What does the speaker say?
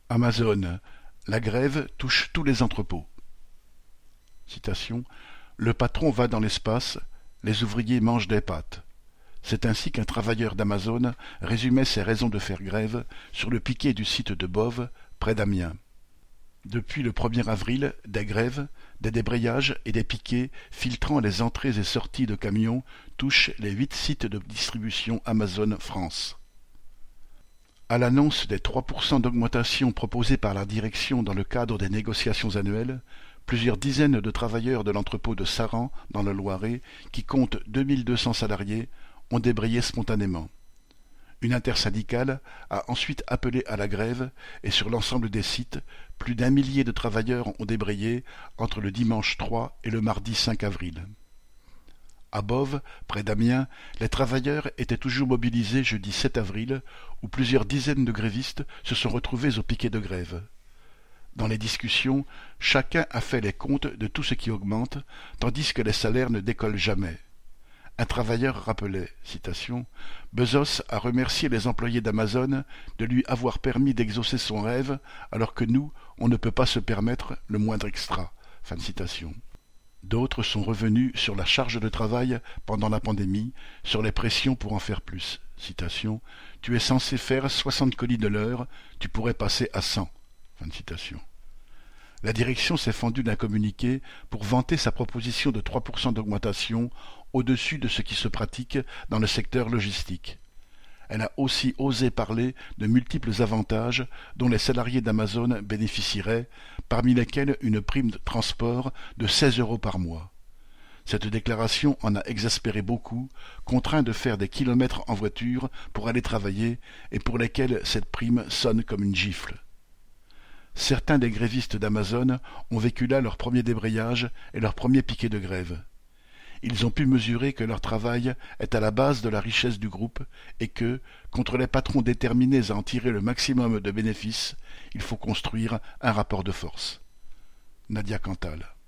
Amazon, la grève touche tous les entrepôts. Citation. Le patron va dans l'espace, les ouvriers mangent des pâtes. C'est ainsi qu'un travailleur d'Amazon résumait ses raisons de faire grève sur le piquet du site de Boves, près d'Amiens. Depuis le 1er avril, des grèves, des débrayages et des piquets filtrant les entrées et sorties de camions touchent les 8 sites de distribution Amazon France. À l'annonce des 3% d'augmentation proposée par la direction dans le cadre des négociations annuelles, plusieurs dizaines de travailleurs de l'entrepôt de Saran, dans le Loiret, qui compte 2200 salariés, ont débrayé spontanément. Une intersyndicale a ensuite appelé à la grève et sur l'ensemble des sites, plus d'1 millier de travailleurs ont débrayé entre le dimanche 3 et le mardi 5 avril. À Boves, près d'Amiens, les travailleurs étaient toujours mobilisés jeudi 7 avril, où plusieurs dizaines de grévistes se sont retrouvés au piquet de grève. Dans les discussions, chacun a fait les comptes de tout ce qui augmente, tandis que les salaires ne décollent jamais. Un travailleur rappelait, citation, « Bezos a remercié les employés d'Amazon de lui avoir permis d'exaucer son rêve, alors que nous, on ne peut pas se permettre le moindre extra. » Fin de citation. D'autres sont revenus sur la charge de travail pendant la pandémie, sur les pressions pour en faire plus. Citation, « Tu es censé faire 60 colis de l'heure, tu pourrais passer à 100. » Fin de citation. La direction s'est fendue d'un communiqué pour vanter sa proposition de 3% d'augmentation au-dessus de ce qui se pratique dans le secteur logistique. Elle a aussi osé parler de multiples avantages dont les salariés d'Amazon bénéficieraient, parmi lesquels une prime de transport de 16 € par mois. Cette déclaration en a exaspéré beaucoup, contraints de faire des kilomètres en voiture pour aller travailler et pour lesquels cette prime sonne comme une gifle. Certains des grévistes d'Amazon ont vécu là leur premier débrayage et leur premier piquet de grève. Ils ont pu mesurer que leur travail est à la base de la richesse du groupe et que, contre les patrons déterminés à en tirer le maximum de bénéfices, il faut construire un rapport de force. Nadia Cantal.